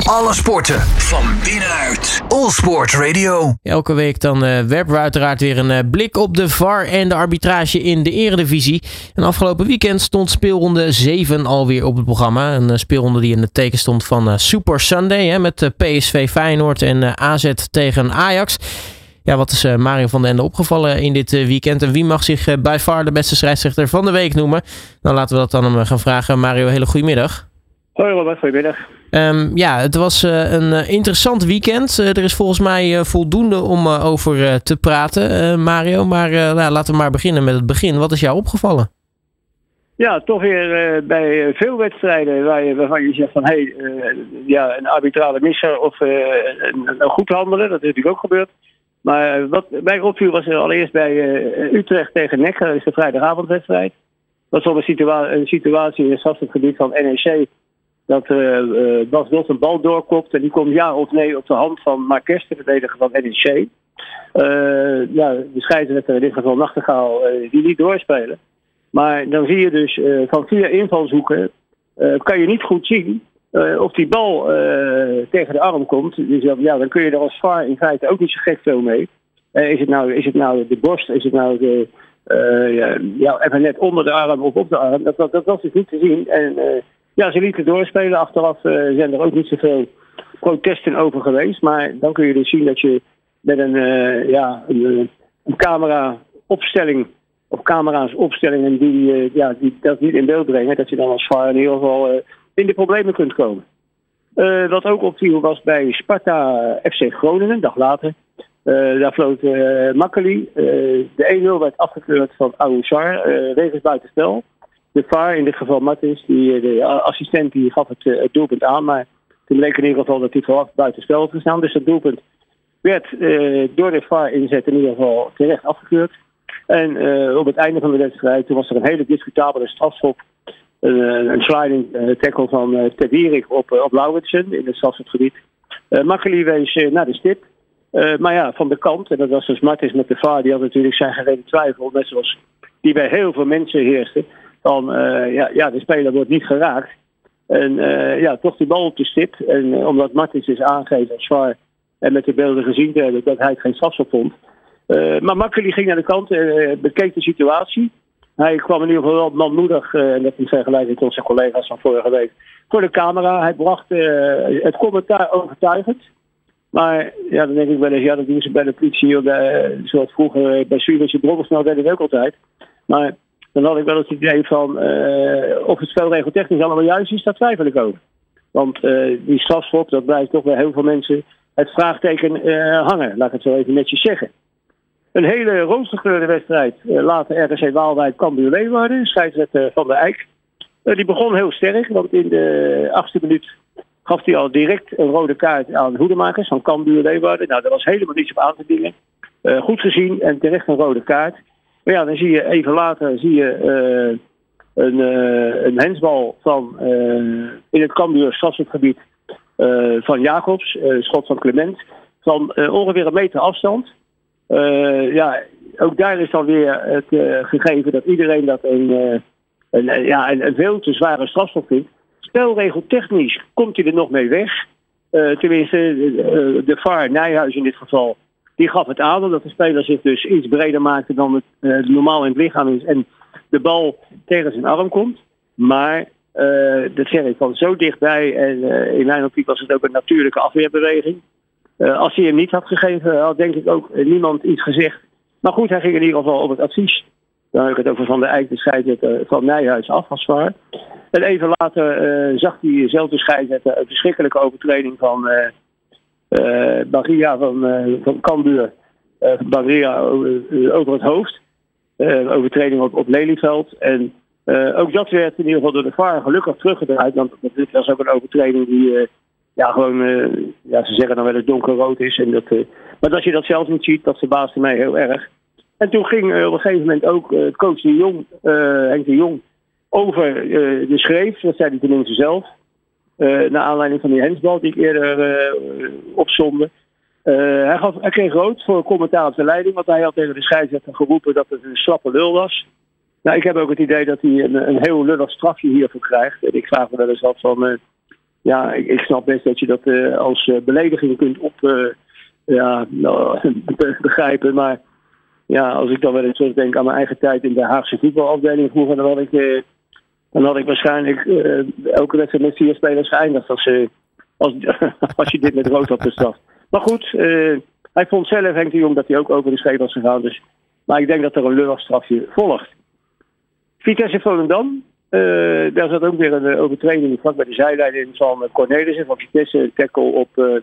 Alle sporten van binnenuit. All Sport Radio. Elke week dan werpen we uiteraard weer een blik op de VAR en de arbitrage in de Eredivisie. En afgelopen weekend stond speelronde 7 alweer op het programma. Een speelronde die in het teken stond van Super Sunday. Met PSV Feyenoord en AZ tegen Ajax. Ja, wat is Mario van den Ende opgevallen in dit weekend? En wie mag zich by far de beste scheidsrechter van de week noemen? Nou, laten we dat dan hem gaan vragen. Mario, hele goedemiddag. Hoi Robert, goedemiddag. Het was een interessant weekend. Er is volgens mij voldoende om over te praten, Mario. Maar laten we maar beginnen met het begin. Wat is jou opgevallen? Ja, toch weer bij veel wedstrijden waarvan je zegt van een arbitrale misser of een goed handelen. Dat is natuurlijk ook gebeurd. Maar wat mij opviel was er allereerst bij Utrecht tegen NEC. Dat is de vrijdagavondwedstrijd. Dat was een situatie in het strafschopgebied van NEC. Dat Bas Dost een bal doorkopt en die komt ja of nee op de hand van Marques, de verdediger van NEC. De scheidsrechter, in dit geval Nachtegaal, die niet doorspelen. Maar dan zie je dus van 4 invalshoeken kan je niet goed zien of die bal tegen de arm komt. Dus dan kun je er als VAR in feite ook niet zo gek veel mee. Is het nou de borst? Is het nou even net onder de arm of op de arm? Dat was dus niet te zien. En ze lieten doorspelen. Achteraf zijn er ook niet zoveel protesten over geweest. Maar dan kun je dus zien dat je met een camera-opstelling of camera's opstellingen die dat niet in beeld brengen, dat je dan als VAR in ieder geval in de problemen kunt komen. Wat ook opviel was bij Sparta FC Groningen, een dag later. Daar floot Makkeli. De 1-0 werd afgekeurd van Aoussar, wegens buitenspel. De VAR, in dit geval Martens, de assistent, die gaf het doelpunt aan. Maar toen bleek in ieder geval dat hij vooraf buitenspel had gestaan. Dus dat doelpunt werd door de VAR inzet in ieder geval terecht afgekeurd. En op het einde van de wedstrijd, toen was er een hele discutabele strafschop. Een sliding tackle van Tedierik op Lauritsen in het strafschopgebied. Makkeli wees naar de stip. Maar van de kant, en dat was dus Martens met de VAR, die had natuurlijk zijn gereden twijfel, net zoals die bij heel veel mensen heerste. Van de speler wordt niet geraakt. En toch die bal op de stip. En omdat Martens is aangegeven als VAR en met de beelden gezien te hebben dat hij geen strafschop vond. Maar Makkeli ging naar de kant, bekeek de situatie. Hij kwam in ieder geval wel manmoedig, en dat in vergelijking tot zijn collega's van vorige week, voor de camera. Hij bracht het commentaar overtuigend. Maar dan denk ik wel eens, dat doen ze bij de politie, zoals vroeger bij Surinse Brobbelsnel deden we ook altijd. Maar dan had ik wel het idee van of het spelregeltechnisch allemaal juist is, daar twijfel ik over. Want die strafschop, dat blijft toch bij heel veel mensen het vraagteken hangen, laat ik het zo even netjes zeggen. Een hele roosgekleurde wedstrijd. Later RKC Waalwijk Cambuur Leeuwarden. Scheidsrechter Van der Eyck. Die begon heel sterk, want in de 8e minuut gaf hij al direct een rode kaart aan Hoedemakers van Cambuur Leeuwarden. Nou, daar was helemaal niets op aan te dingen. Goed gezien en terecht een rode kaart. Maar dan zie je even later een hensbal van in het Cambuur strafschopgebied van Jacobs. Schot van Clement. Van ongeveer 1 meter afstand. Ook daar is dan weer het gegeven dat iedereen dat een veel te zware strafschop vindt. Spelregeltechnisch komt hij er nog mee weg. Tenminste, de VAR, Nijhuis in dit geval, die gaf het aan omdat de speler zich dus iets breder maakte dan het normaal in het lichaam is en de bal tegen zijn arm komt. Maar dat zeg ik van zo dichtbij en in mijn optiek was het ook een natuurlijke afweerbeweging. Als hij hem niet had gegeven, had denk ik ook niemand iets gezegd. Maar goed, hij ging in ieder geval op het advies. Dan heb ik het over Van der Eyck, de scheidsrechter van Nijhuis af als VAR. En even later zag diezelfde scheidsrechter een verschrikkelijke overtreding van Barria van Cambuur. Barria over het hoofd. Overtreding op Lelyveld. En ook dat werd in ieder geval door de VAR gelukkig teruggedraaid. Want dit was ook een overtreding die ze zeggen dan wel eens donkerrood is. Maar als je dat zelf niet ziet, dat verbaasde mij heel erg. En toen ging op een gegeven moment ook coach de Jong, Henk de Jong, over de schreef. Dat zei hij tenminste zelf. Naar aanleiding van die hensbal die ik eerder opzomde. Hij kreeg rood voor commentaar op de leiding. Want hij had tegen de scheidsrechter geroepen dat het een slappe lul was. Nou, ik heb ook het idee dat hij een heel lullig strafje hiervoor krijgt. En ik vraag me wel eens af van ik snap best dat je dat als belediging kunt begrijpen. Maar ja, als ik dan wel eens denk aan mijn eigen tijd in de Haagse voetbalafdeling vroeger, dan had ik waarschijnlijk elke wedstrijd met 4 spelers geëindigd als je dit met rood had bestraft. Maar goed, hij vond zelf, Henk de Jong, dat hij ook over de scheep was gegaan. Dus, maar ik denk dat er een lullig strafje volgt. Vitesse Volendam. Daar zat ook weer een overtreding vlak bij de zijlijn in van Cornelissen van Vitesse. Een tackle op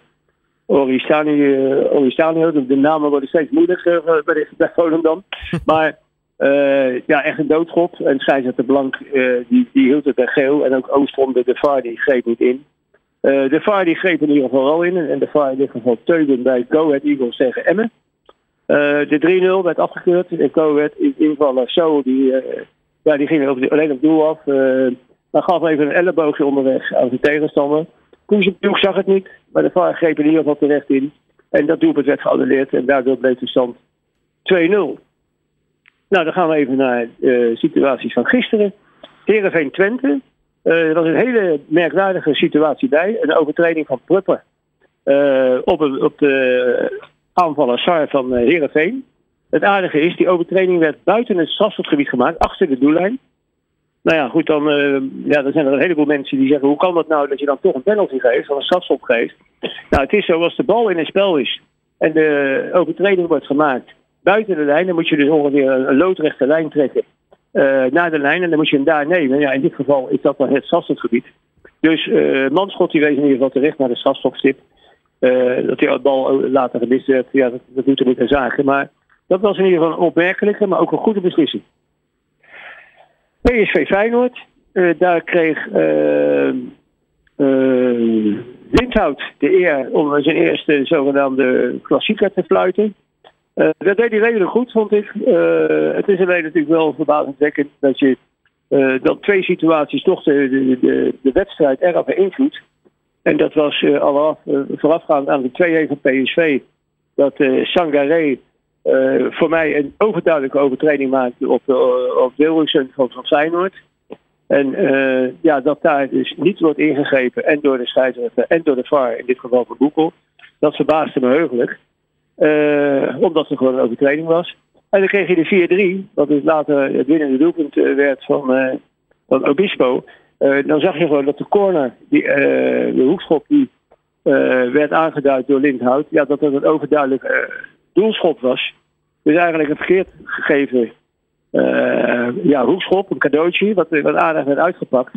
Oristanio. De namen worden steeds moeilijker bij Volendam. Maar echt een doodschop. En scheidsrechter Blank die hield het bij geel. En ook Oostrom, de VAR, die greep niet in. De VAR die greep in ieder geval wel in. En de VAR in dit geval Teuben bij Go Ahead Eagles tegen Emmen. De 3-0 werd afgekeurd. En Go Ahead invaller Zo die ging alleen op doel af. Maar gaf even een elleboogje onderweg aan zijn tegenstander. Koesenploeg zag het niet. Maar de VAR greep in ieder geval terecht in. En dat doelpunt werd geannuleerd. En daardoor bleef de stand 2-0. Nou, dan gaan we even naar situaties van gisteren. Heerenveen-Twente. Er was een hele merkwaardige situatie bij. Een overtreding van Prupper op de aanvaller Sar van Heerenveen. Het aardige is, die overtreding werd buiten het strafschopgebied gemaakt, achter de doellijn. Nou ja, goed, dan zijn er een heleboel mensen die zeggen, hoe kan dat nou dat je dan toch een penalty geeft, of een strafschop geeft? Nou, het is zo, als de bal in het spel is en de overtreding wordt gemaakt buiten de lijn, dan moet je dus ongeveer een loodrechte lijn trekken naar de lijn en dan moet je hem daar nemen. Ja, in dit geval is dat dan het strafschopgebied. Dus Manschot die wees in ieder geval terecht naar de strafschopstip. Dat die bal later gemist werd, ja, dat doet er niet aan zaken, maar dat was in ieder geval een opmerkelijke, maar ook een goede beslissing. PSV Feyenoord. Daar kreeg Lindhout de eer om zijn eerste zogenaamde klassieker te fluiten. Dat deed hij redelijk goed, vond ik. Het is alleen natuurlijk wel verbazingwekkend dat 2 situaties toch de wedstrijd erg beïnvloedt. En dat was voorafgaand aan de 2-1 van PSV. Dat Sangaré voor mij een overduidelijke overtreding maakte op Wilriksen van Feyenoord. En dat daar dus niet wordt ingegrepen. En door de scheidsrechter en door de VAR, in dit geval van Boekel. Dat verbaasde me heugelijk. Omdat er gewoon een overtreding was. En dan kreeg je de 4-3. Wat dus later het winnende doelpunt werd van Obispo. Dan zag je gewoon dat de corner, de hoekschop die werd aangeduid door Lindhout. Ja, dat het een overduidelijk doelschop was. Dus eigenlijk een verkeerd gegeven hoekschop, een cadeautje, wat aardig werd uitgepakt.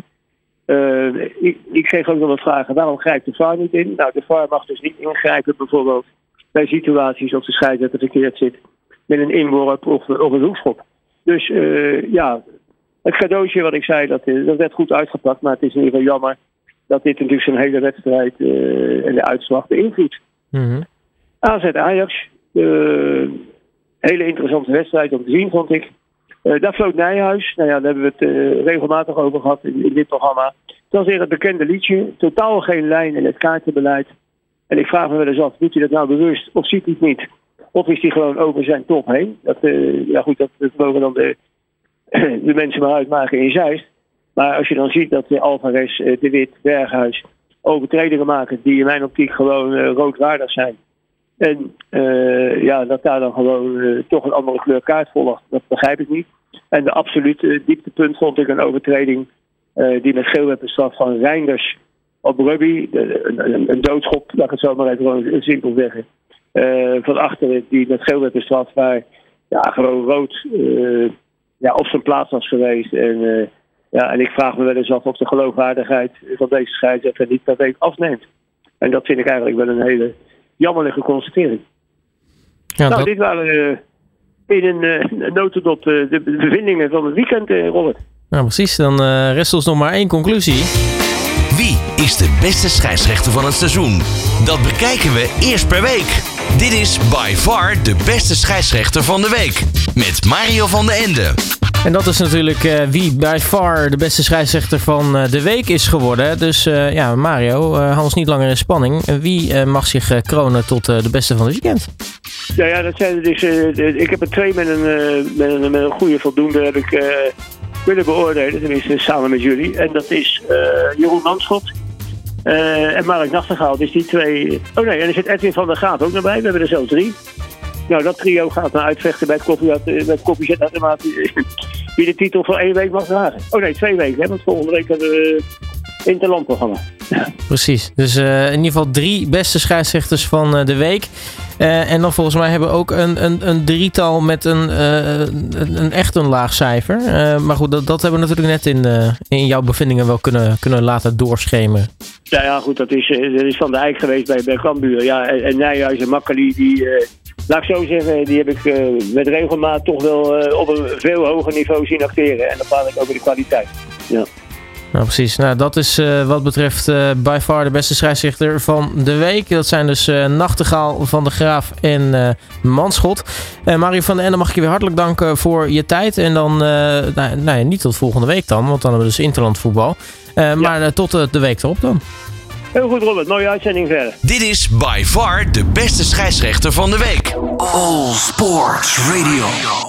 Ik kreeg ook nog wat vragen, waarom grijpt de VAR niet in? Nou, de VAR mag dus niet ingrijpen bijvoorbeeld bij situaties of de scheidsrechter verkeerd zit met een inworp of een hoekschop. Dus het cadeautje wat ik zei, dat werd goed uitgepakt, maar het is in ieder geval jammer dat dit natuurlijk zo'n hele wedstrijd en de uitslag beïnvloedt. Mm-hmm. AZ Ajax. Hele interessante wedstrijd om te zien, vond ik. Daar floot Nijhuis. Nou ja, daar hebben we het regelmatig over gehad in dit programma. Het was weer het bekende liedje. Totaal geen lijn in het kaartenbeleid. En ik vraag me wel eens af, doet hij dat nou bewust of ziet hij het niet? Of is hij gewoon over zijn top heen? Dat mogen dan de mensen maar uitmaken in Zeist. Maar als je dan ziet dat Alvarez, De Wit, Berghuis overtredingen maken die in mijn optiek gewoon roodwaardig zijn. En dat daar dan gewoon toch een andere kleur kaart volgt, dat begrijp ik niet. En de absolute dieptepunt vond ik een overtreding die met geel werd bestraft van Reinders op Rubby. Een doodschop, laat ik het zo maar even gewoon simpel zeggen. Van achteren die met geel werd bestraft, waar gewoon rood op zijn plaats was geweest. En ik vraag me wel eens af of de geloofwaardigheid van deze scheidsrechter niet per week afneemt. En dat vind ik eigenlijk wel een hele jammerlijke constatering. Ja, dit waren in een notendop de bevindingen van het weekend, Robert. Nou, precies. Dan rest ons nog maar 1 conclusie. Wie is de beste scheidsrechter van het seizoen? Dat bekijken we eerst per week. Dit is by far de beste scheidsrechter van de week. Met Mario van den Ende. En dat is natuurlijk wie by far de beste scheidsrechter van de week is geworden. Dus Mario, hou ons niet langer in spanning. Wie mag zich kronen tot de beste van het weekend? Ja, dat zijn dus. Ik heb er 2 met een goede voldoende heb ik willen beoordelen. Tenminste, samen met jullie. En dat is Jeroen Manschot. En Mark Nachtegaal, dus die 2... Oh nee, en er zit Edwin van der Gaap ook nog bij. We hebben er zo 3. Nou, dat trio gaat naar uitvechten bij het koffiezetapparaat wie de titel voor 1 week mag dragen. Oh nee, 2 weken, hè, want volgende week hebben we interlandprogramma. Ja. Precies, dus in ieder geval 3 beste scheidsrechters van de week. En dan volgens mij hebben we ook een drietal met een echt een laag cijfer. Maar goed, dat hebben we natuurlijk net in jouw bevindingen wel kunnen laten doorschemen. Ja, goed, dat is Van de Eyck geweest bij Cambuur. Ja, en Nijhuis en Makkeli, die... laat ik zo zeggen, die heb ik met regelmaat toch wel op een veel hoger niveau zien acteren. En dan praat ik over de kwaliteit. Ja. Nou, precies. Nou, dat is wat betreft by far de beste scheidsrechter van de week. Dat zijn dus Nachtegaal, Van der Graaf en Manschot. Mario van den Ende, mag ik je weer hartelijk danken voor je tijd. En dan, niet tot volgende week dan, want dan hebben we dus interlandvoetbal. Maar tot de week erop dan. Heel goed, Robert. Mooie uitzending verder. Dit is by far de beste scheidsrechter van de week. All Sports Radio.